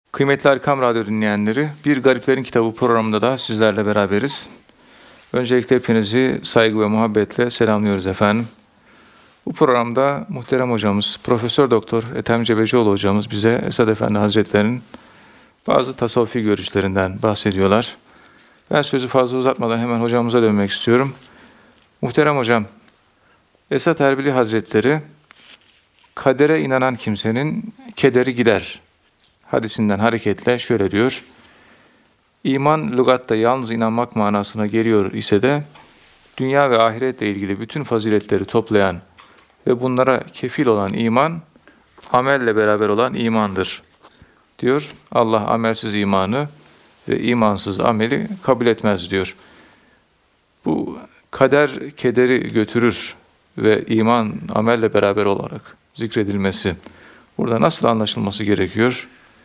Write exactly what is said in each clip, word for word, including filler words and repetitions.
Kıymetli Erkam Radyo dinleyenleri, Bir Gariplerin Kitabı programında da sizlerle beraberiz. Öncelikle hepinizi saygı ve muhabbetle selamlıyoruz efendim. Bu programda muhterem hocamız, Profesör Doktor Ethem Cebecioğlu hocamız bize Esad Efendi Hazretleri'nin bazı tasavvufi görüşlerinden bahsediyorlar. Ben sözü fazla uzatmadan hemen hocamıza dönmek istiyorum. Muhterem hocam, Esad Erbili Hazretleri, kadere inanan kimsenin kederi gider hadisinden hareketle şöyle diyor. İman lügatta yalnız inanmak manasına geliyor ise de dünya ve ahiretle ilgili bütün faziletleri toplayan ve bunlara kefil olan iman, amelle beraber olan imandır diyor. Allah amelsiz imanı ve imansız ameli kabul etmez diyor. Bu kader kederi götürür ve iman amelle beraber olarak zikredilmesi burada nasıl anlaşılması gerekiyor?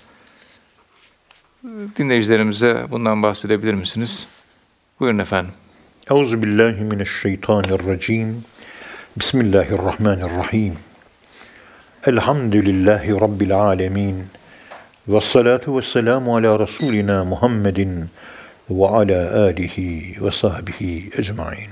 Dinleyicilerimize bundan bahsedebilir misiniz? Buyurun efendim. Euzubillahimineşşeytanirracim. Bismillahirrahmanirrahim. Elhamdülillahi Rabbil alemin. Vessalatu vesselamu ala Resulina Muhammedin ve ala alihi ve sahbihi ecmain.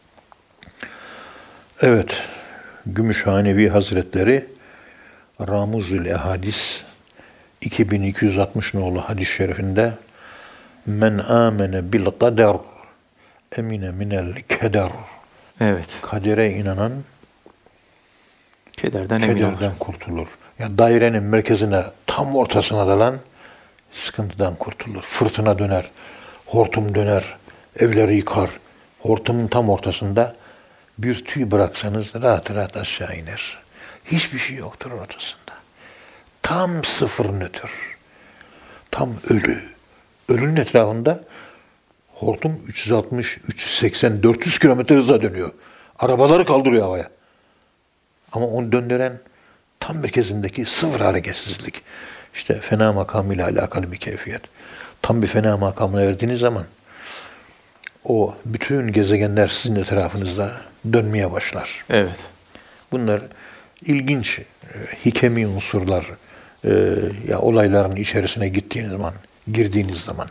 Evet, Gümüşhanevi Hazretleri Ramuzül Ehadis iki bin iki yüz altmış nolu hadis-i şerifinde men amene bil kader emine minel keder. Evet. Kadere inanan Kederden emin olur. kederden kurtulur. Ya dairenin merkezine tam ortasına dalan sıkıntıdan kurtulur. Fırtına döner, hortum döner, evleri yıkar. Hortumun tam ortasında bir tüy bıraksanız rahat rahat aşağı iner. Hiçbir şey yoktur ortasında. Tam sıfır nötr. Tam ölü. Ölünün etrafında hortum üç yüz altmış, üç yüz seksen, dört yüz kilometre hızla dönüyor. Arabaları kaldırıyor havaya. Ama onu döndüren tam merkezindeki sıfır hareketsizlik. İşte fena makamıyla alakalı bir keyfiyet. Tam bir fena makamına erdiğiniz zaman o bütün gezegenler sizin etrafınızda dönmeye başlar. Evet. Bunlar ilginç, hikemi unsurlar. Ee, ya olayların içerisine gittiğiniz zaman, girdiğiniz zaman.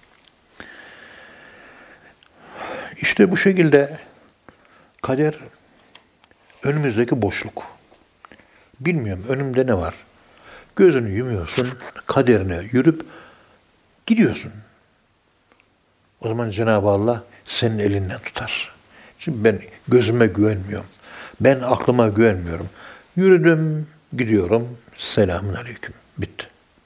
İşte bu şekilde kader önümüzdeki boşluk. Bilmiyorum önümde ne var. Gözünü yumuyorsun, kaderine yürüp gidiyorsun. O zaman Cenab-ı Allah senin elinden tutar. Şimdi ben gözüme güvenmiyorum. Ben aklıma güvenmiyorum. Yürüdüm, gidiyorum. Selamun aleyküm. Bitti.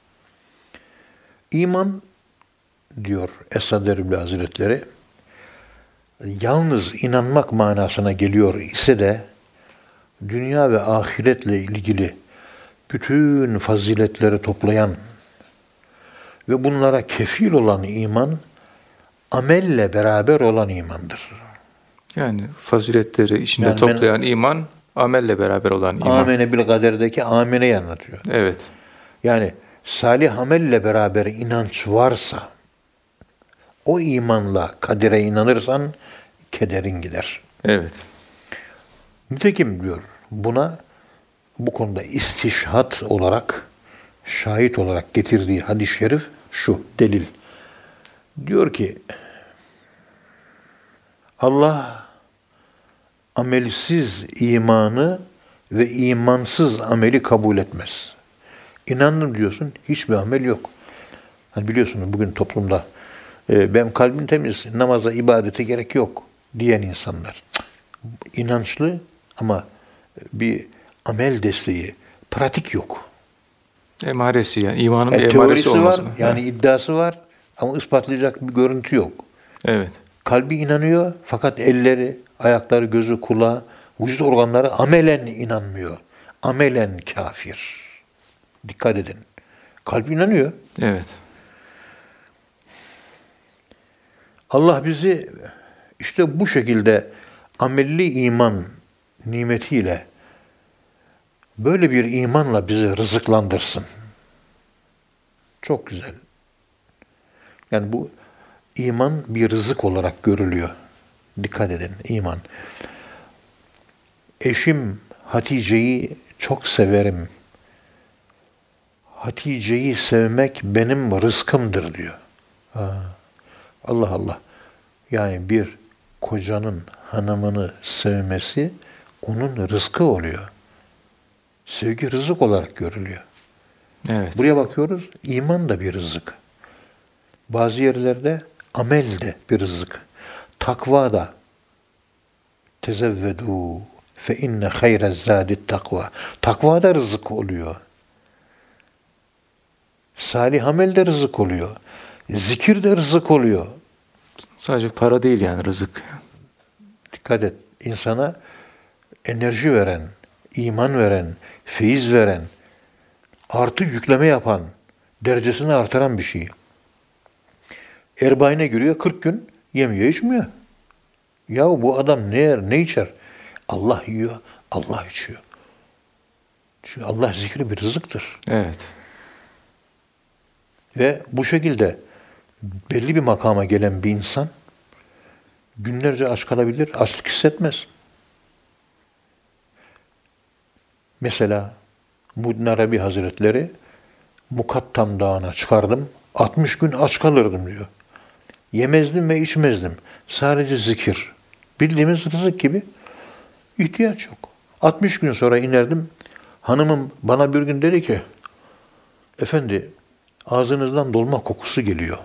İman diyor Esad Erbil Hazretleri, yalnız inanmak manasına geliyor ise de dünya ve ahiretle ilgili bütün faziletleri toplayan ve bunlara kefil olan iman, amelle beraber olan imandır. Yani faziletleri içinde Yani toplayan iman, amelle beraber olan iman. Amene bil kaderdeki ameneyi anlatıyor. Evet. Yani salih amelle beraber inanç varsa, o imanla kadere inanırsan kederin gider. Evet. Nitekim diyor buna bu konuda istişhat olarak, şahit olarak getirdiği hadis-i şerif şu delil. Diyor ki Allah amelsiz imanı ve imansız ameli kabul etmez. İnandım diyorsun, hiçbir amel yok. Hani biliyorsunuz bugün toplumda e, benim kalbim temiz, namaza, ibadete gerek yok diyen insanlar. İnançlı ama bir amel desteği, pratik yok. Emaresi yani imanın E, bir emaresi teorisi var, olması. yani evet. iddiası var ama ispatlayacak bir görüntü yok. Evet. Kalbi inanıyor fakat elleri, ayakları, gözü, kulağı, vücut organları amelen inanmıyor. Amelen kafir. Dikkat edin. Kalp inanıyor. Evet. Allah bizi işte bu şekilde amelli iman nimetiyle böyle bir imanla bizi rızıklandırsın. Çok güzel. Yani bu iman bir rızık olarak görülüyor. Dikkat edin, iman. Eşim Hatice'yi çok severim. Hatice'yi sevmek benim rızkımdır diyor. Ha, Allah Allah. Yani bir kocanın hanımını sevmesi onun rızkı oluyor. Sevgi rızık olarak görülüyor. Evet. Buraya bakıyoruz, iman da bir rızık. Bazı yerlerde amel de bir rızık. Takva da tezevvedû fe inne hayrez zâdit takva. Takva da rızık oluyor. Salih amel de rızık oluyor. Zikir de rızık oluyor. Sadece para değil yani rızık. Dikkat et. İnsana enerji veren, iman veren, feyiz veren, artı yükleme yapan, derecesini artıran bir şey. Erbaine giriyor, kırk gün yemiyor, içmiyor. Ya bu adam ne yer, ne içer? Allah yiyor, Allah içiyor. Çünkü Allah zikri bir rızıktır. Evet. Ve bu şekilde belli bir makama gelen bir insan günlerce aç kalabilir, açlık hissetmez. Mesela Muhyiddin Arabi Hazretleri Mukattam Dağı'na çıkardım, altmış gün aç kalırdım diyor. Yemezdim ve içmezdim. Sadece zikir. Bildiğimiz rızık gibi ihtiyaç yok. altmış gün sonra inerdim. Hanımım bana bir gün dedi ki, efendi ağzınızdan dolma kokusu geliyor.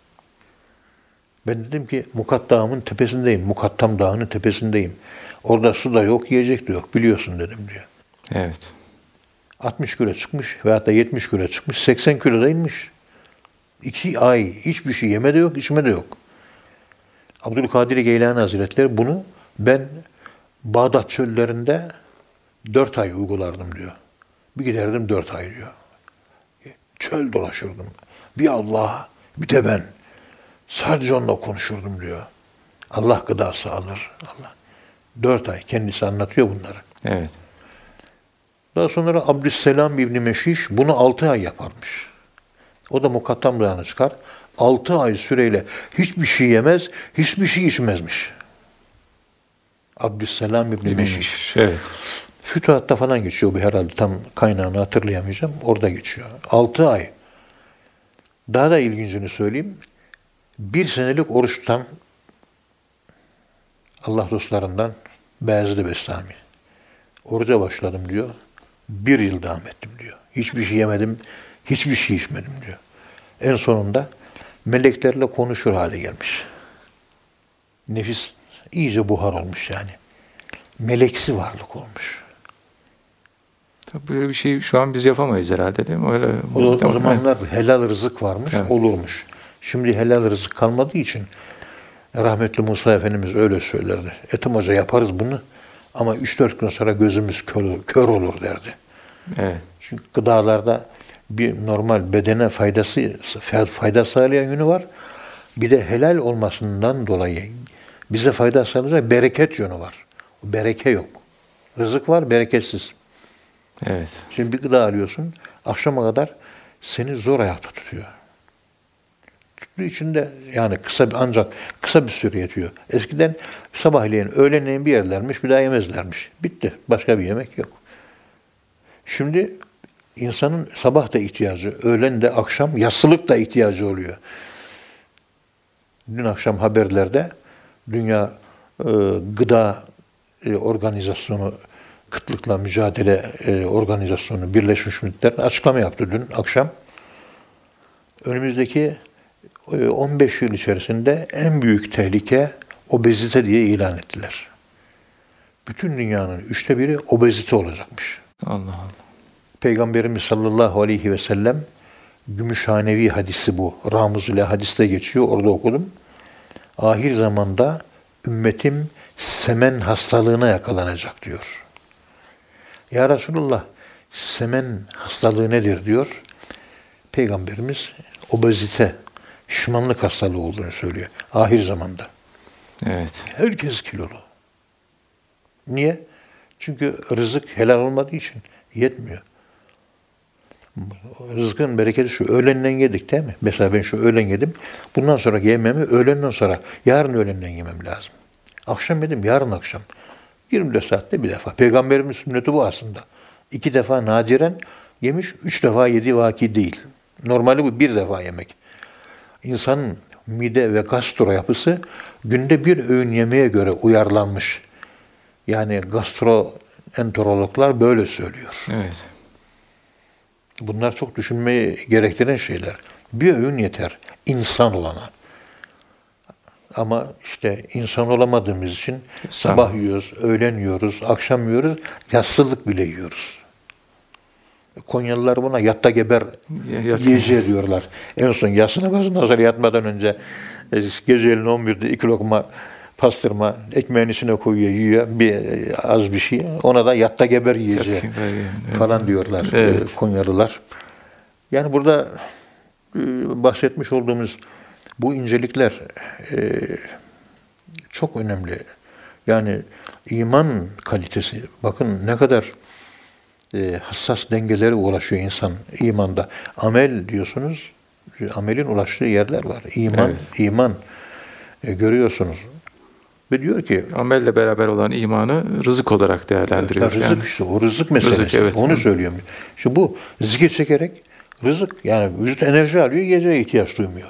Ben dedim ki Mukat Dağı'nın tepesindeyim. Mukattam Dağı'nın tepesindeyim. Orada su da yok, yiyecek de yok. Biliyorsun dedim diyor. Evet. altmış kilo çıkmış veyahut da yetmiş kilo çıkmış. seksen kilo da inmiş. İki ay hiçbir şey yeme de yok, içme de yok. Abdülkadir Geylani Hazretleri bunu ben Bağdat çöllerinde dört ay uygulardım diyor. Bir giderdim dört ay diyor. Çöl dolaşırdım. Bir Allah, bir de ben. Sadece onunla konuşurdum diyor. Allah gıdası alır. Allah. Dört ay. Kendisi anlatıyor bunları. Evet. Daha sonra Abdüsselam İbni Meşiş bunu altı ay yaparmış. O da Mukattam Dağı'na çıkar. Altı ay süreyle hiçbir şey yemez, hiçbir şey içmezmiş. Abdüsselam İbni Meşiş. Evet. Fütuhat'ta falan geçiyor bu herhalde. Tam kaynağını hatırlayamayacağım. Orada geçiyor. Altı ay. Daha da ilgincini söyleyeyim. Bir senelik oruç tutan Allah dostlarından Beyazıt-ı Bestami. Oruca başladım diyor. Bir yıl devam ettim diyor. Hiçbir şey yemedim, hiçbir şey içmedim diyor. En sonunda meleklerle konuşur hale gelmiş. Nefis iyice buhar olmuş yani. Meleksi varlık olmuş. Tabii böyle bir şey şu an biz yapamayız herhalde değil mi? Öyle, O, o zamanlar helal rızık varmış, evet. olurmuş. Şimdi helal rızık kalmadığı için rahmetli Musa Efendimiz öyle söylerdi. Ethem Hoca yaparız bunu ama üç dört gün sonra gözümüz kör, kör olur derdi. Evet. Çünkü gıdalarda bir normal bedene faydası fayda sağlayan yönü var. Bir de helal olmasından dolayı bize fayda sağlayacak bereket yönü var. O bereke yok. Rızık var, bereketsiz. Evet. Şimdi bir gıda alıyorsun, akşama kadar seni zor ayakta tutuyor. Tuttuğu için de yani kısa ancak kısa bir süre yetiyor. Eskiden sabahleyin, öğlenleyin bir yerlermiş, bir daha yemezlermiş. Bitti. Başka bir yemek yok. Şimdi insanın sabah da ihtiyacı, öğlen de akşam yassılık da ihtiyacı oluyor. Dün akşam haberlerde Dünya e, Gıda e, Organizasyonu, Kıtlıkla Mücadele e, Organizasyonu, Birleşmiş Milletler açıklama yaptı dün akşam. Önümüzdeki e, on beş yıl içerisinde en büyük tehlike obezite diye ilan ettiler. Bütün dünyanın üçte biri obezite olacakmış. Allah Allah. Peygamberimiz sallallahu aleyhi ve sellem Gümüşhanevi hadisi bu. Ramuzule hadiste geçiyor. Orada okudum. Ahir zamanda ümmetim semen hastalığına yakalanacak diyor. Ya Resulullah semen hastalığı nedir diyor. Peygamberimiz obezite, şişmanlık hastalığı olduğunu söylüyor. Ahir zamanda. Evet. Herkes kilolu. Niye? Çünkü rızık helal olmadığı için yetmiyor. Rızkın bereketi şu, öğlenden yedik değil mi? Mesela ben şu öğlen yedim. Bundan sonra yememi öğlenden sonra, yarın öğlenden yemem lazım. Akşam yedim, yarın akşam. yirmi dört saatte bir defa. Peygamberimiz sünneti bu aslında. İki defa nadiren Yemiş, üç defa yediği vaki değil. Normali bu bir defa yemek. İnsanın mide ve gastro yapısı günde bir öğün yemeye göre uyarlanmış. Yani gastroenterologlar böyle söylüyor. Evet. Bunlar çok düşünmeyi gerektiren şeyler. Bir öğün yeter insan olana. Ama işte insan olamadığımız için sabah yiyoruz, öğlen yiyoruz, akşam yiyoruz, yatsılık bile yiyoruz. Konyalılar buna yatta geber Yat- yiyeceği diyorlar. En son yasına başından sonra yatmadan önce e, geceleyin on birde iki lokma pastırma ekmeğin içine koyuyor, yiyor bir az bir şey. Ona da yatta geber yiyeceği Yat- evet. falan diyorlar Evet. e, Konyalılar. Yani burada e, bahsetmiş olduğumuz bu incelikler e, çok önemli. Yani iman kalitesi, bakın ne kadar e, hassas dengelere ulaşıyor insan imanda. Amel diyorsunuz, amelin ulaştığı yerler var. İman, Evet. iman e, görüyorsunuz. Ve diyor ki, Amelle beraber olan imanı rızık olarak değerlendiriyor. ya rızık yani. işte, o rızık meselesi. Rızık, evet. Onu söylüyorum. Şimdi bu zikir çekerek rızık, yani vücut enerji alıyor, yiyeceğe ihtiyaç duymuyor.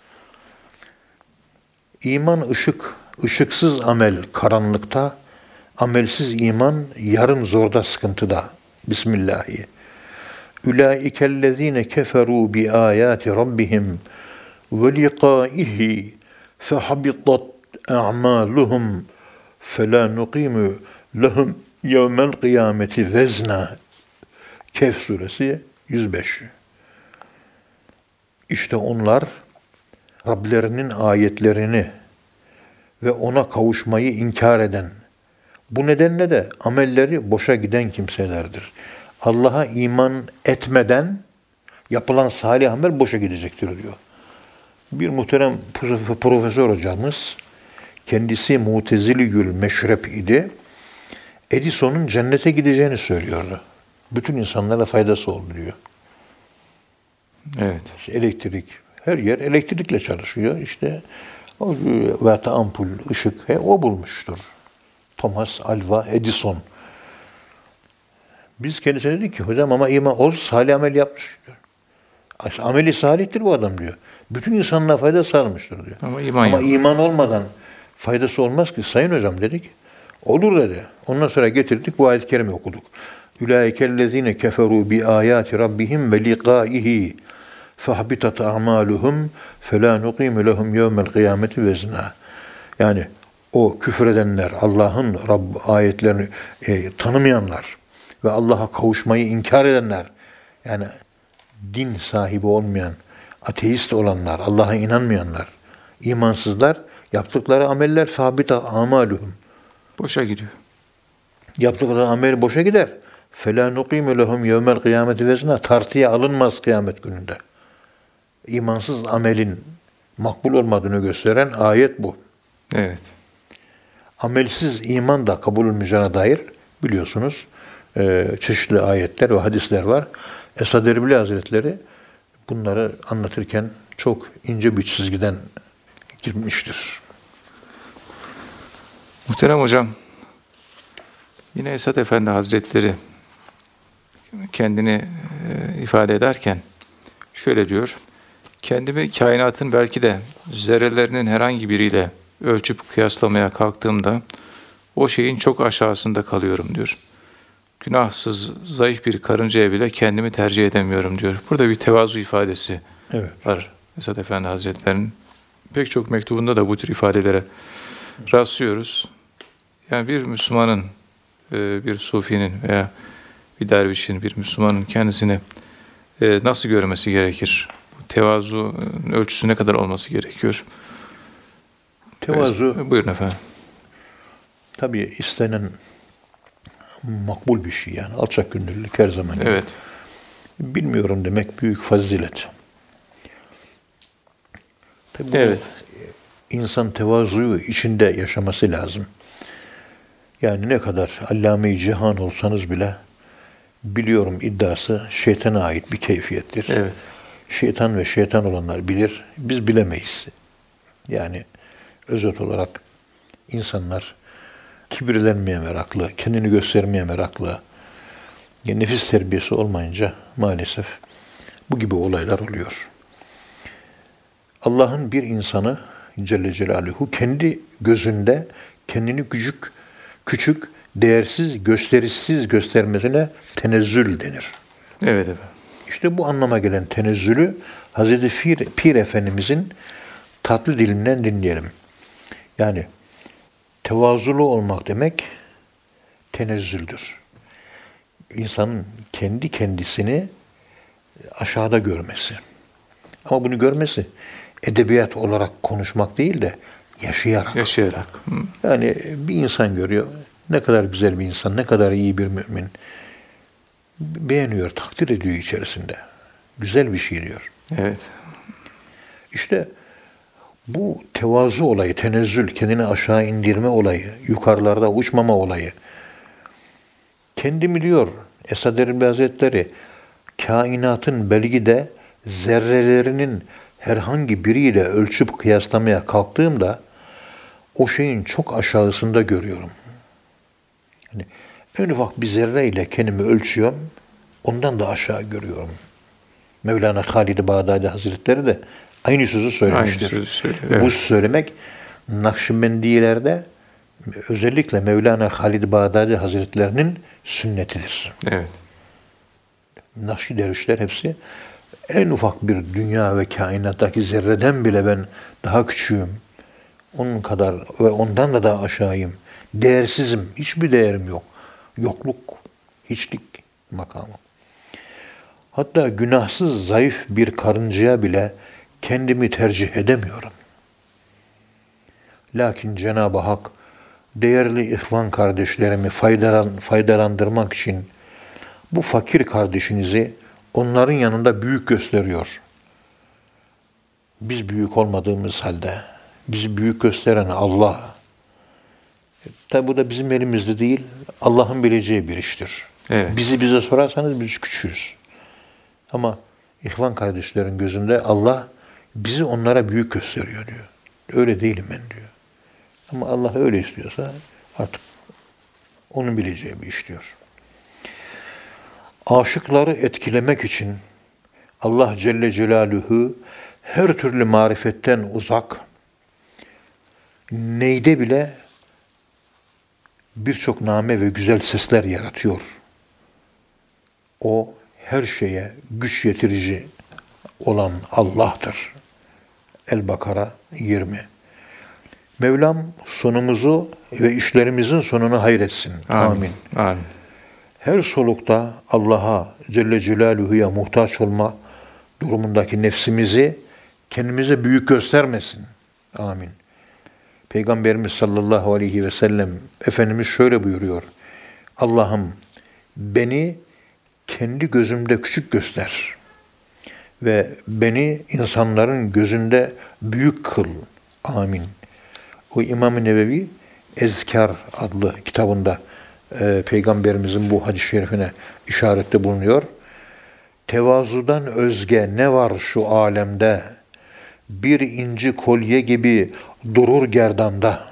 İman ışık, ışıksız amel karanlıkta, amelsiz iman yarım zorda, sıkıntıda. Bismillahi. Ulaikellezine keferu bi ayati rabbihim ve liqaihi fehabitat a'maluhum fela nuqimu lehum yevmel kıyameti vezna. Kehf suresi yüz beş. İşte onlar Rablerinin ayetlerini ve ona kavuşmayı inkar eden, bu nedenle de amelleri boşa giden kimselerdir. Allah'a iman etmeden yapılan salih amel boşa gidecektir diyor. Bir muhterem profesör hocamız, kendisi Mutezili-gül meşrep idi, Edison'un cennete gideceğini söylüyordu. Bütün insanlara faydası oldu diyor. Evet. İşte elektrik, her yer elektrikle çalışıyor. İşte o veyahut da ampul, ışık, he, o bulmuştur. Thomas Alva Edison. Biz kendisine dedik ki, hocam ama iman, o salih amel yapmış diyor. Ameli salihtir bu adam diyor. Bütün insanlığa fayda sağlamıştır diyor. Ama iman ama yok. iman olmadan faydası olmaz ki sayın hocam dedik. Olur dedi. Ondan sonra getirdik, bu ayet-i kerime okuduk. Ulaikellezine keferu bi ayati rabbihim ve liqaihi fahbitat a'maluhum fela nuqimu lehum yevmel kıyameti vezna. Yani o küfredenler, Allah'ın Rabb ayetlerini e, tanımayanlar ve Allah'a kavuşmayı inkar edenler, yani din sahibi olmayan, ateist olanlar, Allah'a inanmayanlar, imansızlar, yaptıkları ameller fahbita amaluhum. Boşa gidiyor. Yaptıkları amel boşa gider. فَلَا نُقِيمُ لَهُمْ يَوْمَ الْقِيَامَةِ وَزْنًا. Tartıya alınmaz kıyamet gününde. İmansız amelin makbul olmadığını gösteren ayet bu. Evet. Amelsiz iman da kabul olmayacağına dair biliyorsunuz e, çeşitli ayetler ve hadisler var. Esad Erbili Hazretleri bunları anlatırken çok ince bir çizgiden girmiştir. Muhterem hocam, yine Esad Efendi Hazretleri kendini e, ifade ederken şöyle diyor: kendimi kainatın belki de zerrelerinin herhangi biriyle ölçüp kıyaslamaya kalktığımda o şeyin çok aşağısında kalıyorum diyor. Günahsız, zayıf bir karıncaya bile kendimi tercih edemiyorum diyor. Burada bir tevazu ifadesi Evet. var Esad Efendi Hazretleri'nin. Pek çok mektubunda da bu tür ifadelere rastlıyoruz. Yani bir Müslümanın, bir sufinin veya bir dervişin, bir Müslümanın kendisini nasıl görmesi gerekir? Bu tevazu ölçüsü ne kadar olması gerekiyor? Tevazu, Evet, buyurun efendim. tabii istenen makbul bir şey yani. Alçak gönüllülük her zaman. Evet. Bilmiyorum demek büyük fazilet. Tabii bu Evet. insan tevazuyu içinde yaşaması lazım. Yani ne kadar allame-i cihan olsanız bile biliyorum iddiası şeytana ait bir keyfiyettir. Evet. Şeytan ve şeytan olanlar bilir, biz bilemeyiz. Yani özet olarak insanlar kibirlenmeye meraklı, kendini göstermeye meraklı, Ya nefis terbiyesi olmayınca maalesef bu gibi olaylar oluyor. Allah'ın bir insanı Celle Celaluhu kendi gözünde kendini küçük, küçük, değersiz, gösterişsiz göstermesine tenezzül denir. Evet efendim. İşte bu anlama gelen tenezzülü Hazreti Pir, Pir Efendimizin tatlı dilinden dinleyelim. Yani tevazulu olmak demek tenezzüldür. İnsanın kendi kendisini aşağıda görmesi. Ama bunu görmesi edebiyat olarak konuşmak değil de yaşayarak. Yaşayarak. Hı. Yani bir insan görüyor. Ne kadar güzel bir insan, ne kadar iyi bir mümin. Beğeniyor, takdir ediyor içerisinde. Güzel bir şey diyor. Evet. İşte bu tevazu olayı, tenezzül, kendini aşağı indirme olayı, yukarılarda uçmama olayı. Kendimi diyor Esad Erbil Hazretleri, kainatın belki de zerrelerinin herhangi biriyle ölçüp kıyaslamaya kalktığımda o şeyin çok aşağısında görüyorum. Yani en ufak bir zerreyle kendimi ölçüyorum, ondan da aşağı görüyorum. Mevlana Halid-i Bağdadi Hazretleri de aynı sözü söylemiştir. Aynı sözü söylüyor, Bu evet. söylemek Nakşibendilerde özellikle Mevlana Halid-i Bağdadi Hazretlerinin sünnetidir. Evet. Nakşi dervişler hepsi en ufak bir dünya ve kainattaki zerreden bile ben daha küçüğüm. Onun kadar ve ondan da daha aşağıyım. Değersizim. Hiçbir değerim yok. Yokluk, hiçlik makamı. Hatta günahsız, zayıf bir karıncaya bile kendimi tercih edemiyorum. Lakin Cenab-ı Hak değerli ihvan kardeşlerimi faydalan, faydalandırmak için bu fakir kardeşinizi onların yanında büyük gösteriyor. Biz büyük olmadığımız halde bizi büyük gösteren Allah. Tabi bu da bizim elimizde değil, Allah'ın bileceği bir iştir. Evet. Bizi bize sorarsanız biz küçüğüz. Ama ihvan kardeşlerin gözünde Allah bizi onlara büyük gösteriyor diyor. Öyle değilim ben diyor. Ama Allah öyle istiyorsa artık onun bileceği bir iş diyor. Aşıkları etkilemek için Allah Celle Celaluhu her türlü marifetten uzak, neyde bile birçok name ve güzel sesler yaratıyor. O her şeye güç yetirici olan Allah'tır. El-Bakara yirmi. Mevlam sonumuzu ve işlerimizin sonunu hayretsin. Amin. Amin. Amin. Her solukta Allah'a Celle Celaluhu'ya muhtaç olma durumundaki nefsimizi kendimize büyük göstermesin. Amin. Peygamberimiz sallallahu aleyhi ve sellem Efendimiz şöyle buyuruyor. Allah'ım beni kendi gözümde küçük göster ve beni insanların gözünde büyük kıl. Amin. O İmam-ı Nevevi Ezkar adlı kitabında e, Peygamberimizin bu hadis-i şerifine işarette bulunuyor. Tevazudan özge ne var şu alemde? Bir inci kolye gibi durur gerdanda.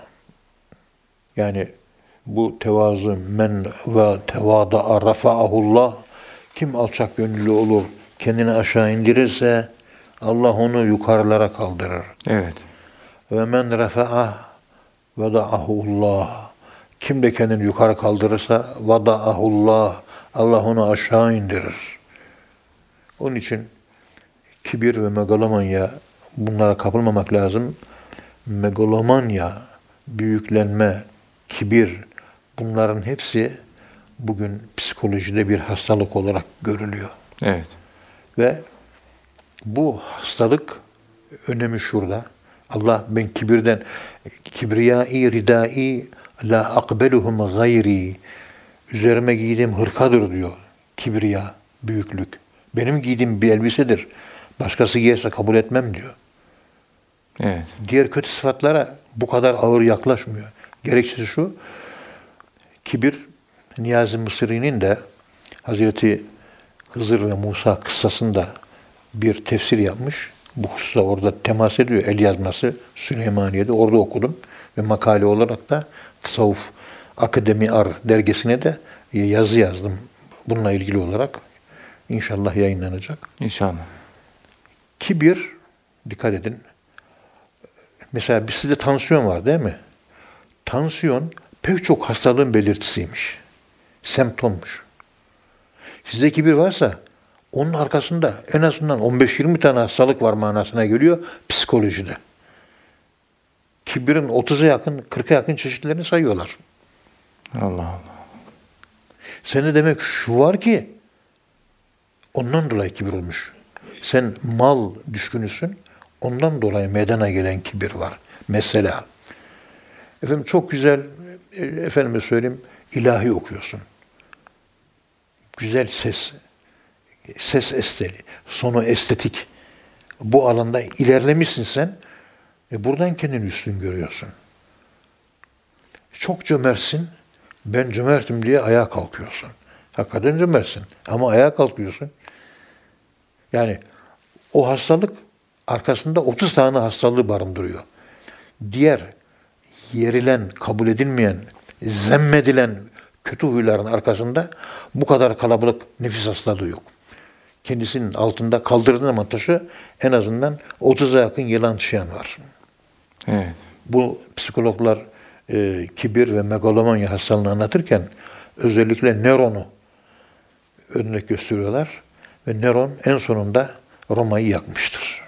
Yani bu tevazu men ve tevada rafa'ahullah, kim alçak gönüllü olur, kendini aşağı indirirse Allah onu yukarılara kaldırır. Evet. Ve men rafa'ah veda'ahullah, kim de kendini yukarı kaldırırsa veda'ahullah, Allah onu aşağı indirir. Onun için kibir ve megalomanya, bunlara kapılmamak lazım. Megalomanya, büyüklenme, kibir, bunların hepsi bugün psikolojide bir hastalık olarak görülüyor. Evet. Ve bu hastalık önemi şurada. Allah ben kibirden, kibriyai ridai la akbeluhum gayri, üzerime giydiğim hırkadır diyor. Kibriya, büyüklük. Benim giydiğim bir elbisedir. Başkası giyerse kabul etmem diyor. Evet. Diğer kötü sıfatlara bu kadar ağır yaklaşmıyor. Gerekçesi şu, kibir, Niyazi Mısri'nin de Hazreti Hızır ve Musa kıssasında bir tefsir yapmış. Bu hususta orada temas ediyor. El yazması Süleymaniye'de. Orada okudum. Ve makale olarak da Tasavvuf Akademi Ar dergisine de yazı yazdım Bununla ilgili olarak inşallah yayınlanacak. İnşallah. Kibir, dikkat edin. Mesela bir- sizde tansiyon var değil mi? Tansiyon pek çok hastalığın belirtisiymiş. Semptommuş. Sizde kibir varsa onun arkasında en azından on beş yirmi tane hastalık var manasına geliyor psikolojide. Kibirin otuza yakın, kırka yakın çeşitlerini sayıyorlar. Allah Allah. Sende demek şu var ki ondan dolayı kibir olmuş. Sen mal düşkünüsün. Ondan dolayı meydana gelen kibir var. Mesela efendim çok güzel e, efendime söyleyeyim ilahi okuyorsun. Güzel ses. Ses esteti, sonu estetik. Bu alanda ilerlemişsin sen. E buradan kendini üstün görüyorsun. Çok cömertsin. Ben cömertim diye ayağa kalkıyorsun. Hakikaten cömertsin. Ama ayağa kalkıyorsun. Yani o hastalık arkasında otuz tane hastalığı barındırıyor. Diğer yerilen, kabul edilmeyen, zemmedilen kötü huyların arkasında bu kadar kalabalık nefis hastalığı yok. Kendisinin altında kaldırdığı zaman taşı en azından otuza yakın yılan çiyan var. Evet. Bu psikologlar e, kibir ve megalomanya hastalığını anlatırken özellikle Neron'u örnek gösteriyorlar. Ve Neron en sonunda Roma'yı yakmıştır.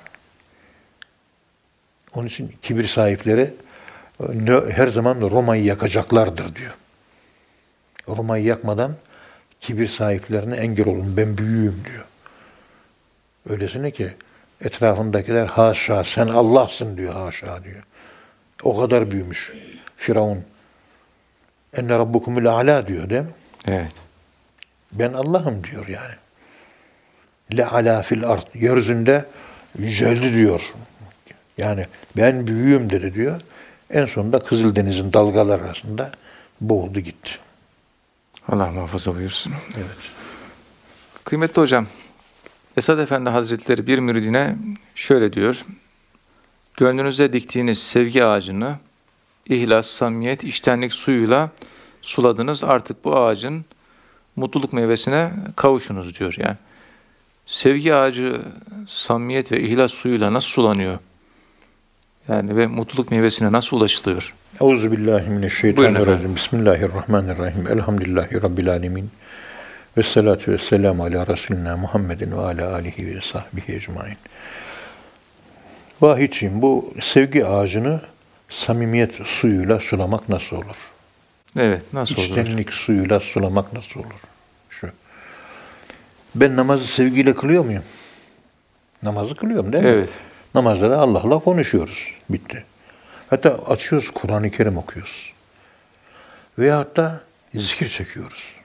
Onun için kibir sahipleri e, her zaman Roma'yı yakacaklardır diyor. Roma'yı yakmadan kibir sahiplerine engel olun. Ben büyüğüm diyor. Öylesine ki etrafındakiler haşa sen Allah'sın diyor, haşa diyor. O kadar büyümüş Firavun. Enne rabbukumul a'la diyor değil mi? Evet. Ben Allah'ım diyor yani. Le ala fil ard. Yeryüzünde yüceldi diyor. Yani ben büyüğüm dedi diyor. En sonunda Kızıldeniz'in dalgalar arasında boğuldu gitti. Allah muhafaza buyursun. Evet. Kıymetli hocam, Esad Efendi Hazretleri bir müridine şöyle diyor. Gönlünüze diktiğiniz sevgi ağacını ihlas, samimiyet, içtenlik suyuyla suladınız. Artık bu ağacın mutluluk meyvesine kavuşunuz diyor yani. Sevgi ağacı samimiyet ve ihlas suyuyla nasıl sulanıyor? Yani ve mutluluk meyvesine nasıl ulaşılıyor? Euzubillahimineşşeytanirracim. Bismillahirrahmanirrahim. Elhamdülillahi Rabbil alemin. Ve salatu ve selamu ala Resulina Muhammedin ve ala alihi ve sahbihi ecmain. Vahidciğim, bu sevgi ağacını samimiyet suyuyla sulamak nasıl olur? Evet, nasıl olur? İçtenlik suyuyla sulamak nasıl olur? Şu. Ben namazı sevgiyle kılıyor muyum? Namazı kılıyorum değil mi? Evet. Namazda da Allah'la konuşuyoruz. Bitti. Hatta açıyoruz, Kur'an-ı Kerim okuyoruz. Veyahut da zikir çekiyoruz.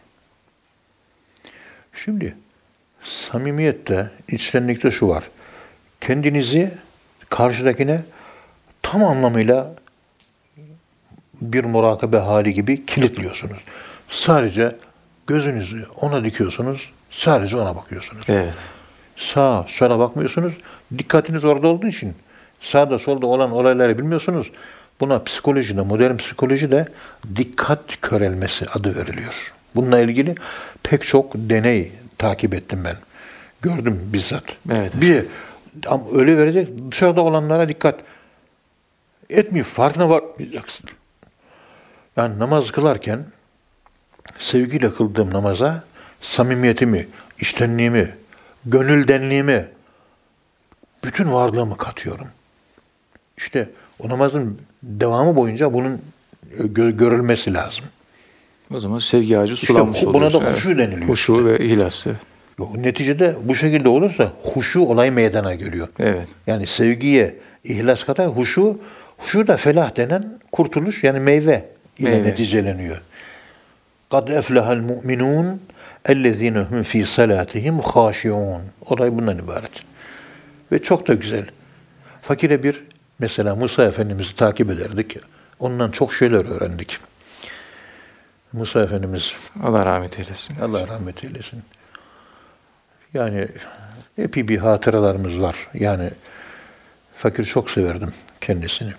Şimdi samimiyette, içtenlikte şu var. Kendinizi karşıdakine tam anlamıyla bir murakabe hali gibi kilitliyorsunuz. Sadece gözünüzü ona dikiyorsunuz, sadece ona bakıyorsunuz. Evet. Sağa, sola bakmıyorsunuz. Dikkatiniz orada olduğu için sağda solda olan olayları bilmiyorsunuz. Buna psikolojide, modern psikolojide dikkat körelmesi adı veriliyor. Bununla ilgili pek çok deney takip ettim ben. Gördüm bizzat. Evet. Bir ama öyle verecek, dışarıda olanlara dikkat etmiyor. Farkına varmayacaksın. Yani namaz kılarken sevgiyle kıldığım namaza samimiyetimi, içtenliğimi, gönüldenliğimi, bütün varlığımı katıyorum. İşte o namazın devamı boyunca bunun gö- görülmesi lazım. O zaman sevgi ağacı İşte sulanmış hu- oluyor. buna da huşu deniliyor. Huşu ve ihlas. Evet. Neticede bu şekilde olursa huşu olay meydana geliyor. Evet. Yani sevgiye ihlas kadar huşu, huşu da felah denen kurtuluş yani meyve ile Meyve. neticeleniyor. Kad eflehal mu'minun ellezine hum fi salatihim haşiun. Olay bundan ibaret. Ve çok da güzel. Fakire bir mesela Musa Efendimiz'i takip ederdik. Ondan çok şeyler öğrendik. Musa Efendimiz Allah rahmet eylesin. Allah rahmet eylesin. Yani epey bir hatıralarımız var. Yani fakir çok severdim kendisini.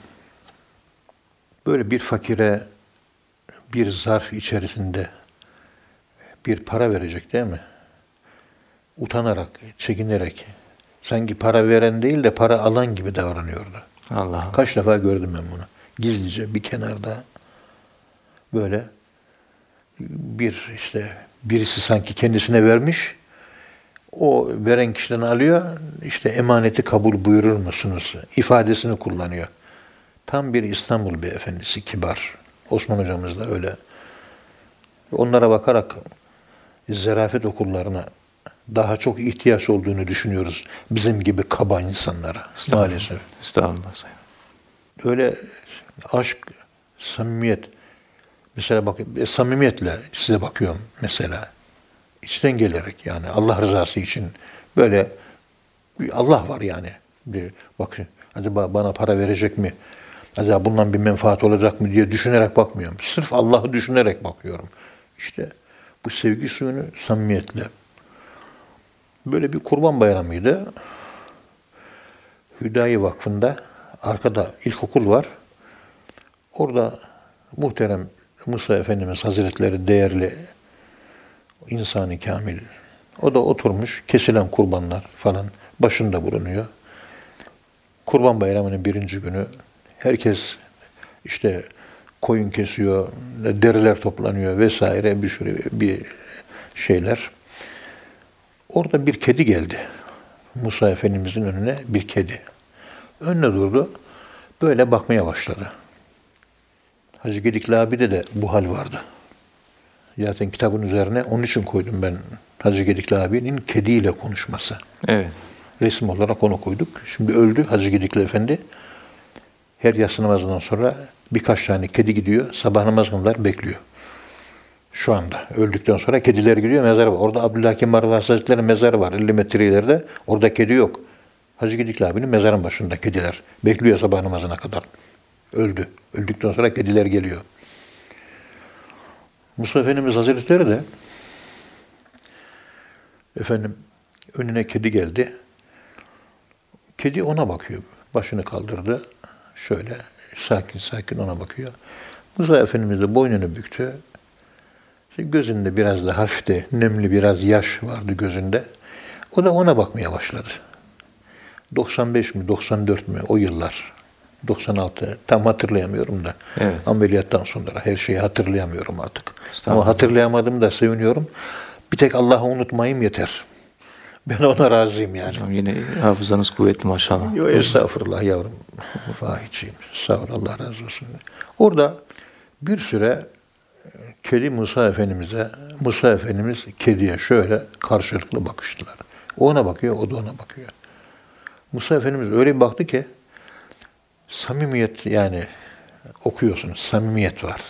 Böyle bir fakire bir zarf içerisinde bir para verecek değil mi? Utanarak, çekinerek, sanki para veren değil de para alan gibi davranıyordu. Allah Allah. Kaç defa gördüm ben bunu. Gizlice bir kenarda böyle bir işte birisi sanki kendisine vermiş, o veren kişiden alıyor, işte emaneti kabul buyurur musunuz ifadesini kullanıyor. Tam bir İstanbul beyefendisi, kibar. Osman hocamız da öyle. Onlara bakarak zarafet okullarına daha çok ihtiyaç olduğunu düşünüyoruz. Bizim gibi kaba insanlara maalesef. Estağfurullah sayın. Öyle aşk, samimiyet. Mesela bak, e, samimiyetle size bakıyorum mesela. İçten gelerek yani Allah rızası için böyle bir Allah var yani. Bir bak acaba bana para verecek mi? Acaba bundan bir menfaat olacak mı diye düşünerek bakmıyorum. Sırf Allah'ı düşünerek bakıyorum. İşte bu sevgi suyunu samimiyetle. Böyle bir kurban bayramıydı. Hüdayi Vakfı'nda arkada ilkokul var. Orada muhterem Musa Efendimiz Hazretleri değerli insanı kamil. O da oturmuş kesilen kurbanlar falan başında bulunuyor. Kurban Bayramı'nın birinci günü herkes işte koyun kesiyor, deriler toplanıyor vesaire bir sürü bir şeyler. Orada bir kedi geldi. Musa Efendimizin önüne bir kedi. Önüne durdu. Böyle bakmaya başladı. Hacı Gedikli abide de bu hal vardı. Zaten kitabın üzerine onun için koydum ben Hacı Gedikli abinin kediyle konuşması. Evet. Resim olarak onu koyduk. Şimdi öldü Hacı Gedikli Efendi. Her yatsı namazından sonra birkaç tane kedi gidiyor. Sabah namazındalar bekliyor. Şu anda. Öldükten sonra kediler gidiyor, mezarı var. Orada Abdülhakim Maruf Hazretleri'nin mezarı var. elli metre ileride. Orada kedi yok. Hacı Gedikli abinin mezarın başında kediler. Bekliyor sabah namazına kadar. Öldü. Öldükten sonra kediler geliyor. Musa Efendimiz Hazretleri de efendim önüne kedi geldi. Kedi ona bakıyor. Başını kaldırdı. Şöyle sakin sakin ona bakıyor. Musa Efendimiz de boynunu büktü. İşte gözünde biraz da hafif de nemli biraz yaş vardı gözünde. O da ona bakmaya başladı. doksan beş mi doksan dört mü o yıllar. doksan altı tam hatırlayamıyorum da. Evet. Ameliyattan sonra her şeyi hatırlayamıyorum artık. Estağfurullah. Ama hatırlayamadım da seviniyorum. Bir tek Allah'ı unutmayayım yeter. Ben ona razıyım yani. Hocam yine hafızanız kuvvetli maşallah. Yok estağfurullah yavrum. Vahiyçiyim. Sağ ol Allah razı olsun. Orada bir süre kedi Musa Efendimiz'e, Musa Efendimiz kediye şöyle karşılıklı bakıştılar. O ona bakıyor, o da ona bakıyor. Musa Efendimiz öyle bir baktı ki samimiyet yani okuyorsunuz, samimiyet var.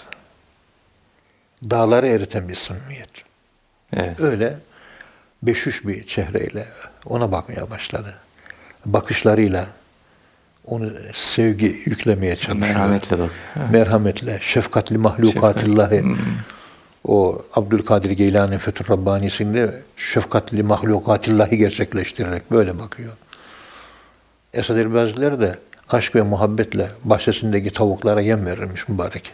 Dağları eriten bir samimiyet. Evet. Öyle beşüş bir çehreyle ona bakmaya başladı. Bakışlarıyla onu sevgi yüklemeye çalışıyor. Merhametle bak. Merhametle, şefkatli mahlukatillahi. Hmm. O Abdülkadir Geylani Fethur Rabbani'sinde şefkatli mahlukatillahi gerçekleştirerek böyle bakıyor. Esad Erbil Hazretleri de aşk ve muhabbetle bahçesindeki tavuklara yem verirmiş mübarek.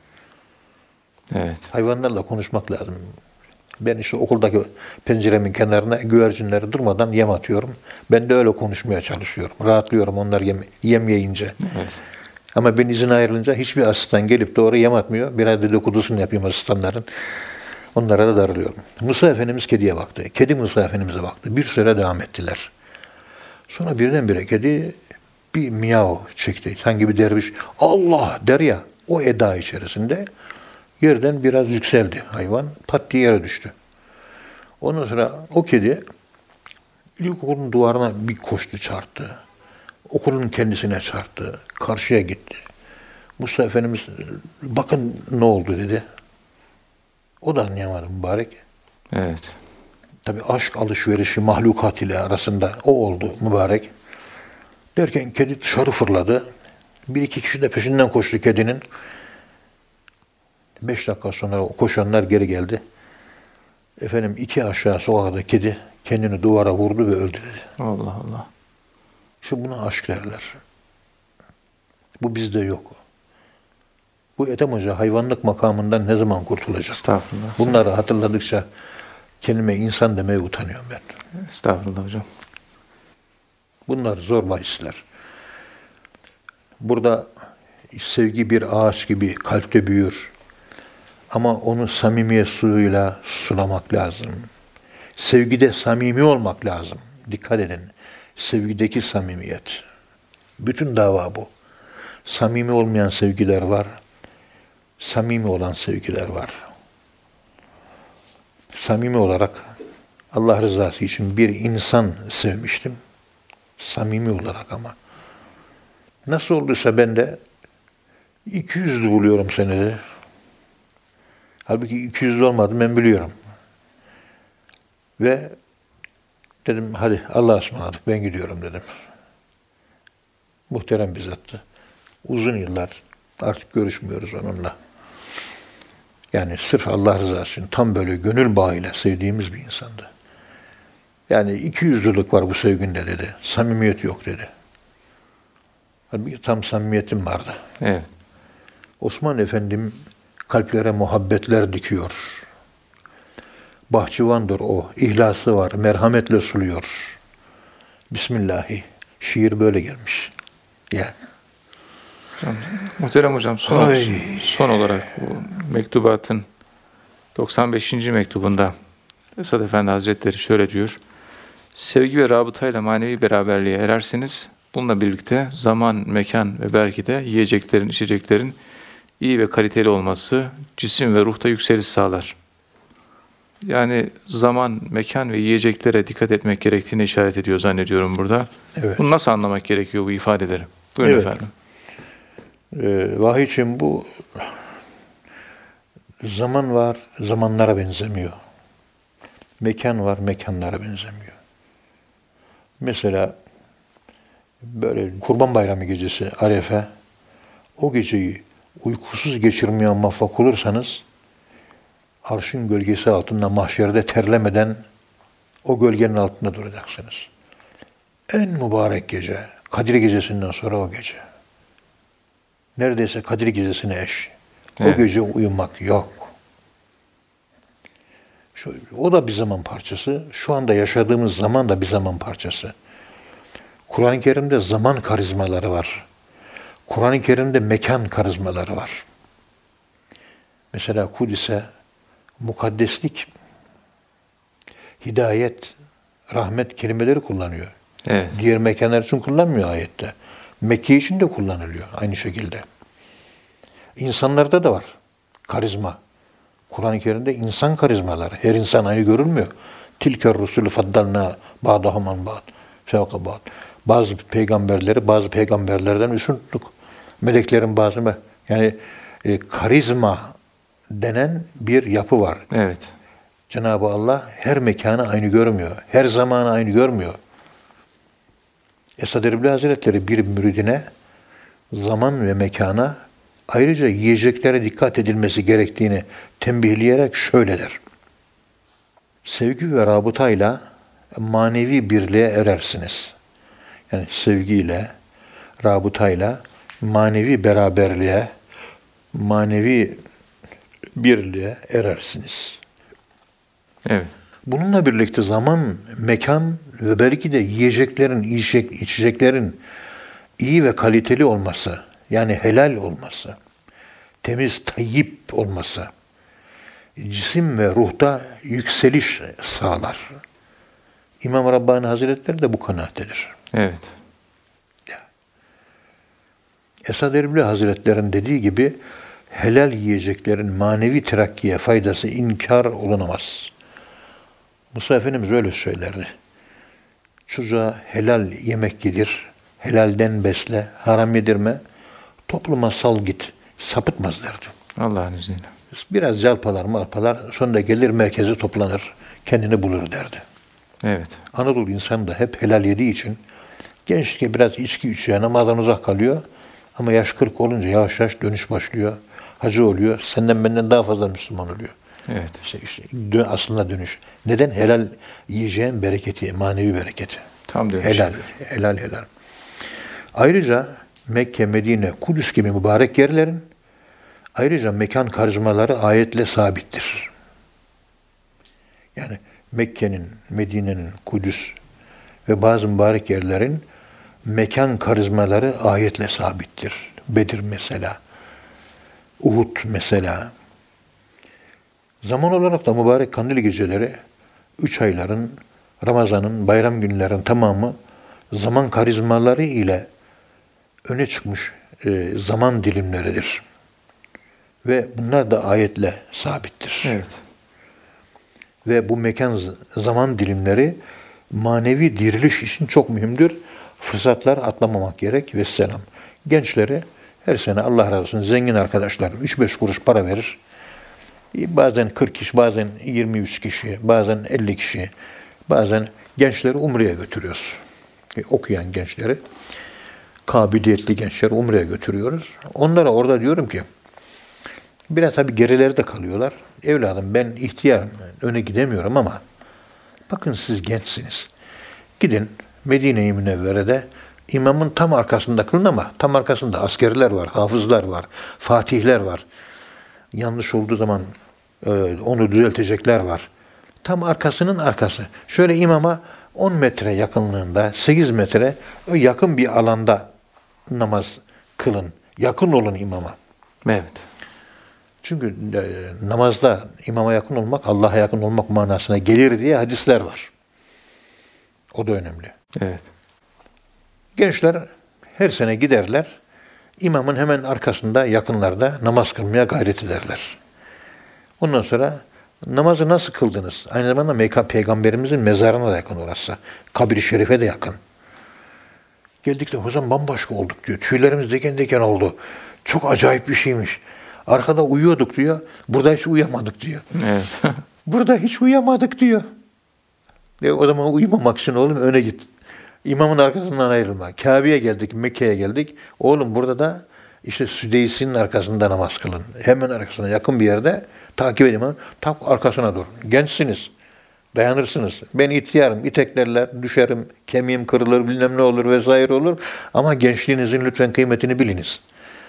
Evet. Hayvanlarla konuşmak lazım. Ben işte okuldaki penceremin kenarına güvercinleri durmadan yem atıyorum. Ben de öyle konuşmaya çalışıyorum. Rahatlıyorum onlar yem, yem yiyince. Evet. Ama ben izin ayrılınca hiçbir asistan gelip de oraya yem atmıyor. Biraz dedikodusunu yapayım asistanların. Onlara da darılıyorum. Musa Efendimiz kediye baktı. Kedi Musa Efendimiz'e baktı. Bir süre devam ettiler. Sonra birdenbire kedi bir miyav çekti. Sanki bir derviş Allah der ya o eda içerisinde yerden biraz yükseldi hayvan. Pat diye yere düştü. Ondan sonra o kedi ilkokulun duvarına bir koştu çarptı. Okulun kendisine çarptı. Karşıya gitti. Musa Efendimiz bakın ne oldu dedi. O da anlayamadı mübarek. Evet. Tabi aşk alışverişi mahlukat ile arasında o oldu mübarek. Derken kedi dışarı fırladı. Bir iki kişi de peşinden koştu kedinin. Beş dakika sonra o koşanlar geri geldi. Efendim iki aşağı sokakta kedi kendini duvara vurdu ve öldü dedi. Allah Allah. İşte buna aşk derler. Bu bizde yok. Bu Ethem Hoca hayvanlık makamından ne zaman kurtulacak? Estağfurullah. Bunları hatırladıkça kendime insan demeye utanıyorum ben. Estağfurullah hocam. Bunlar zor bahisler. Burada sevgi bir ağaç gibi kalpte büyür. Ama onu samimiyet suyuyla sulamak lazım. Sevgide samimi olmak lazım. Dikkat edin. Sevgideki samimiyet. Bütün dava bu. Samimi olmayan sevgiler var. Samimi olan sevgiler var. Samimi olarak Allah rızası için bir insan sevmiştim. Samimi olarak ama. Nasıl olduysa ben de iki yüzlü buluyorum seni de. Halbuki iki yüzlü olmadı ben biliyorum. Ve dedim hadi Allah'a ısmarladık ben gidiyorum dedim. Muhterem bir zattı. Uzun yıllar artık görüşmüyoruz onunla. Yani sırf Allah rızası için tam böyle gönül bağıyla sevdiğimiz bir insandı. Yani iki yüzlülük var bu sevginde dedi. Samimiyet yok dedi. Halbuki tam samimiyetim vardı. Evet. Osman Efendim kalplere muhabbetler dikiyor. Bahçıvandır o. İhlası var. Merhametle suluyor. Bismillahi. Şiir böyle gelmiş. Yani. Hocam, muhterem hocam son, Ay. son olarak bu mektubatın doksan beşinci mektubunda Esad Efendi Hazretleri şöyle diyor. Sevgi ve rabıtayla manevi beraberliğe erersiniz. Bununla birlikte zaman, mekan ve belki de yiyeceklerin, içeceklerin iyi ve kaliteli olması cisim ve ruhta yükseliş sağlar. Yani zaman, mekan ve yiyeceklere dikkat etmek gerektiğini işaret ediyor zannediyorum burada. Evet. Bunu nasıl anlamak gerekiyor bu ifadeleri? Buyurun Evet. efendim. Ee, vahiy için bu zaman var, zamanlara benzemiyor. Mekan var, mekanlara benzemiyor. Mesela böyle Kurban Bayramı gecesi Arefe, o geceyi uykusuz geçirmeye muvaffak olursanız arşın gölgesi altında mahşerde terlemeden o gölgenin altında duracaksınız. En mübarek gece, Kadir Gecesi'nden sonra o gece. Neredeyse Kadir Gecesi'ne eş. O Evet. gece uyumak yok. Şu, o da bir zaman parçası. Şu anda yaşadığımız zaman da bir zaman parçası. Kur'an-ı Kerim'de zaman karizmaları var. Kur'an-ı Kerim'de mekan karizmaları var. Mesela Kudüs'e mukaddeslik, hidayet, rahmet kelimeleri kullanıyor. Evet. Diğer mekanlar için kullanmıyor ayette. Mekke için de kullanılıyor aynı şekilde. İnsanlarda da var karizma. Kur'an-ı Kerim'de insan karizmaları. Her insan aynı görünmüyor. Tilker rusulü faddalna ba'dahum an ba'd. Fevka ba'd. Bazı peygamberleri bazı peygamberlerden üstün tuttuk. Meleklerin bazı yani e, karizma denen bir yapı var. Evet. Cenab-ı Allah her mekanı aynı görmüyor. Her zamanı aynı görmüyor. Esad Erbil Hazretleri bir müridine zaman ve mekana ayrıca yiyeceklere dikkat edilmesi gerektiğini tembihleyerek şöyle der. Sevgi ve rabıtayla manevi birliğe erersiniz. Yani sevgiyle, rabıtayla manevi beraberliğe, manevi birliğe erersiniz. Evet. Bununla birlikte zaman, mekan ve belki de yiyeceklerin, yiyecek, içeceklerin iyi ve kaliteli olması, yani helal olması, temiz, tayyip olması, cisim ve ruhta yükseliş sağlar. İmam Rabbani Hazretleri de bu kanaattedir. Evet. Esad Erbil Hazretleri'nin dediği gibi helal yiyeceklerin manevi terakkiye faydası inkar olunamaz. Musa Efendimiz öyle söylerdi. Çocuğa helal yemek yedir, helalden besle, haram yedirme, topluma sal git, sapıtmaz derdi. Allah'ın izniyle. Biraz yalpalar malpalar, sonra gelir merkeze toplanır, kendini bulur derdi. Evet. Anadolu insanı da hep helal yediği için gençliğe biraz içki içiyor, namazdan uzak kalıyor. Ama yaş kırk olunca yavaş yavaş dönüş başlıyor. Hacı oluyor, senden benden daha fazla Müslüman oluyor. Evet. İşte, işte dö- aslında dönüş. Neden? Helal yiyeceğin bereketi, manevi bereketi. Tam dönüş. Helal, helal, helal. Ayrıca Mekke, Medine, Kudüs gibi mübarek yerlerin Ayrıca mekan karizmaları ayetle sabittir. Yani Mekke'nin, Medine'nin, Kudüs ve bazı mübarek yerlerin mekan karizmaları ayetle sabittir. Bedir mesela, Uhud mesela. Zaman olarak da mübarek kandil geceleri, üç ayların, Ramazan'ın, bayram günlerin tamamı zaman karizmaları ile öne çıkmış e, zaman dilimleridir. Ve bunlar da ayetle sabittir. Evet. Ve bu mekan zaman dilimleri manevi diriliş için çok mühimdir. Fırsatlar atlamamak gerek ve selam. Gençleri her sene Allah razı olsun zengin arkadaşlar üç beş kuruş para verir. Bazen kırk kişi, bazen yirmi üç kişi, bazen elli kişi, bazen gençleri Umre'ye götürüyoruz. E, okuyan gençleri, kabiliyetli gençleri Umre'ye götürüyoruz. Onlara orada diyorum ki, biraz tabii gerilerde kalıyorlar. Evladım ben ihtiyarım, öne gidemiyorum ama bakın siz gençsiniz. Gidin Medine-i Münevvere'de imamın tam arkasında kılın ama tam arkasında askerler var, hafızlar var, fatihler var. Yanlış olduğu zaman e, onu düzeltecekler var. Tam arkasının arkası. Şöyle imama on metre yakınlığında, sekiz metre yakın bir alanda namaz kılın. Yakın olun imama. Evet. Çünkü e, namazda imama yakın olmak, Allah'a yakın olmak manasına gelir diye hadisler var. O da önemli. Evet. Gençler her sene giderler. İmamın hemen arkasında, yakınlarda namaz kılmaya gayret ederler. Ondan sonra namazı nasıl kıldınız? Aynı zamanda Mekka Peygamberimizin mezarına da yakın orası. Kabir-i Şerif'e de yakın. Geldik de hocam bambaşka olduk diyor. Tüylerimiz diken diken oldu. Çok acayip bir şeymiş. Arkada uyuyorduk diyor. Burada hiç uyuyamadık diyor. Evet. Burada hiç uyuyamadık diyor. E, o zaman uyumamak için oğlum öne git. İmamın arkasından ayrılma. Kabe'ye geldik, Mekke'ye geldik. Oğlum burada da işte Südeys'in arkasında namaz kılın. Hemen arkasına yakın bir yerde takip edin. Tak arkasına dur. Gençsiniz. Dayanırsınız. Ben ihtiyarım, iteklerler, düşerim, kemiğim kırılır, bilmem ne olur vesaire olur. Ama gençliğinizin lütfen kıymetini biliniz.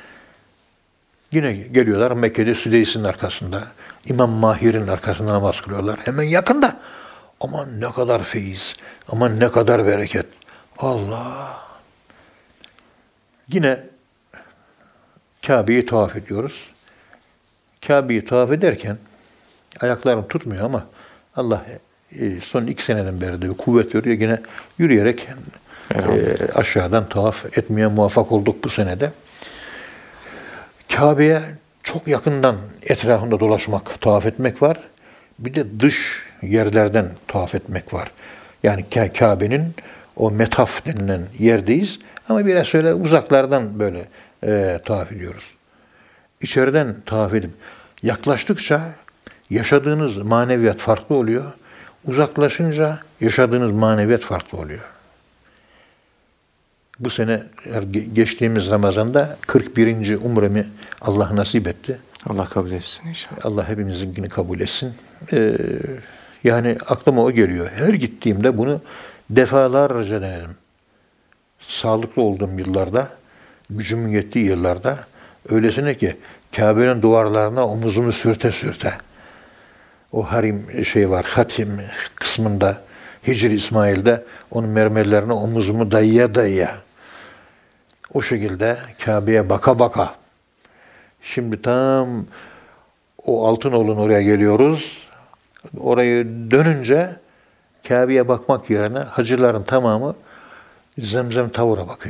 Yine geliyorlar Mekke'de Südeys'in arkasında. İmam Mahir'in arkasında namaz kılıyorlar. Hemen yakında. Aman ne kadar feyiz. Aman ne kadar bereket. Allah. Yine Kabe'yi tavaf ediyoruz. Kabe'yi tavaf ederken ayaklarım tutmuyor ama Allah e, son iki seneden beri de bir kuvvet veriyor. Yine yürüyerek e, aşağıdan tavaf etmeye muvaffak olduk bu senede. Kabe'ye çok yakından etrafında dolaşmak, tavaf etmek var. Bir de dış yerlerden tavaf etmek var. Yani Kabe'nin o metaf denilen yerdeyiz ama biraz şöyle uzaklardan böyle e, tavaf ediyoruz. İçeriden tavaf edip yaklaştıkça yaşadığınız maneviyat farklı oluyor. Uzaklaşınca yaşadığınız maneviyat farklı oluyor. Bu sene geçtiğimiz Ramazan'da kırk birinci umremi Allah nasip etti. Allah kabul etsin inşallah. Allah hepimizinkini kabul etsin. Ee, yani aklıma o geliyor. Her gittiğimde bunu defalarca denedim. Sağlıklı olduğum yıllarda, gücümün yettiği yıllarda öylesine ki Kabe'nin duvarlarına omuzumu sürte sürte. O harim şey var, hatim kısmında Hicr İsmail'de onun mermerlerine omuzumu dayaya dayaya. O şekilde Kabe'ye baka baka. Şimdi tam o Altınoğlu'nun oraya geliyoruz. Orayı dönünce Kabe'ye bakmak yerine hacıların tamamı Zemzem Tavur'a bakıyor.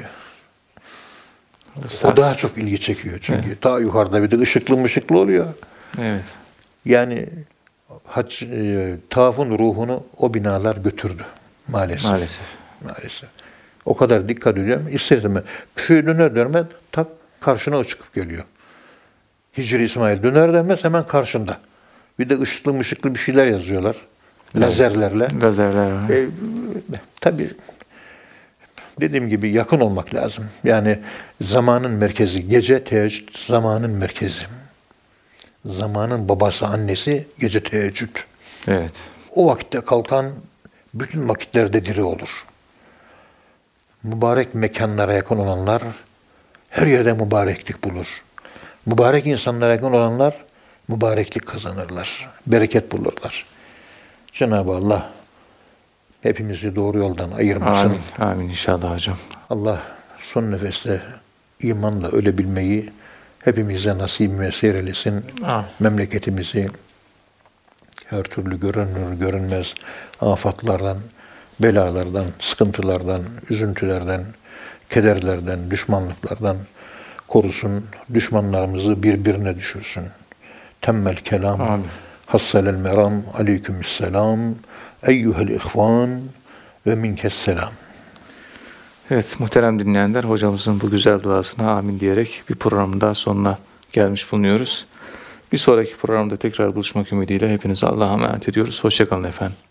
O daha çok ilgi çekiyor. Çünkü evet. Ta yukarıda bir de ışıklı mışıklı oluyor. Evet. Yani hac, e, tavafın ruhunu o binalar götürdü maalesef. Maalesef. Maalesef. O kadar dikkat ediyorum. İstedim. Köşeye döner dönmez tak karşına o çıkıp geliyor. Hicri İsmail döner dönmez hemen karşında. Bir de ışıklı mışıklı bir şeyler yazıyorlar. Evet. Lazerlerle. Lazerler var. E, tabii dediğim gibi yakın olmak lazım. Yani zamanın merkezi. Gece teheccüd zamanın merkezi. Zamanın babası, annesi gece teheccüd. Evet. O vakitte kalkan bütün vakitlerde diri olur. Mübarek mekanlara yakın olanlar her yerde mübareklik bulur. Mübarek insanlara yakın olanlar mübareklik kazanırlar. Bereket bulurlar. Cenab-ı Allah hepimizi doğru yoldan ayırmasın. Amin. Amin inşallah hocam. Allah son nefeste imanla ölebilmeyi hepimize nasip müyesser eylesin. Amin. Memleketimizi her türlü görünür görünmez afatlardan, belalardan, sıkıntılardan, üzüntülerden, kederlerden, düşmanlıklardan korusun. Düşmanlarımızı birbirine düşürsün. Temmel kelam, Amin. hasselel meram, aleykümselam, eyyuhel ihvan ve minkes selam. Evet muhterem dinleyenler, hocamızın bu güzel duasına amin diyerek bir programın daha sonuna gelmiş bulunuyoruz. Bir sonraki programda tekrar buluşmak ümidiyle hepinize Allah'a emanet ediyoruz. Hoşça kalın efendim.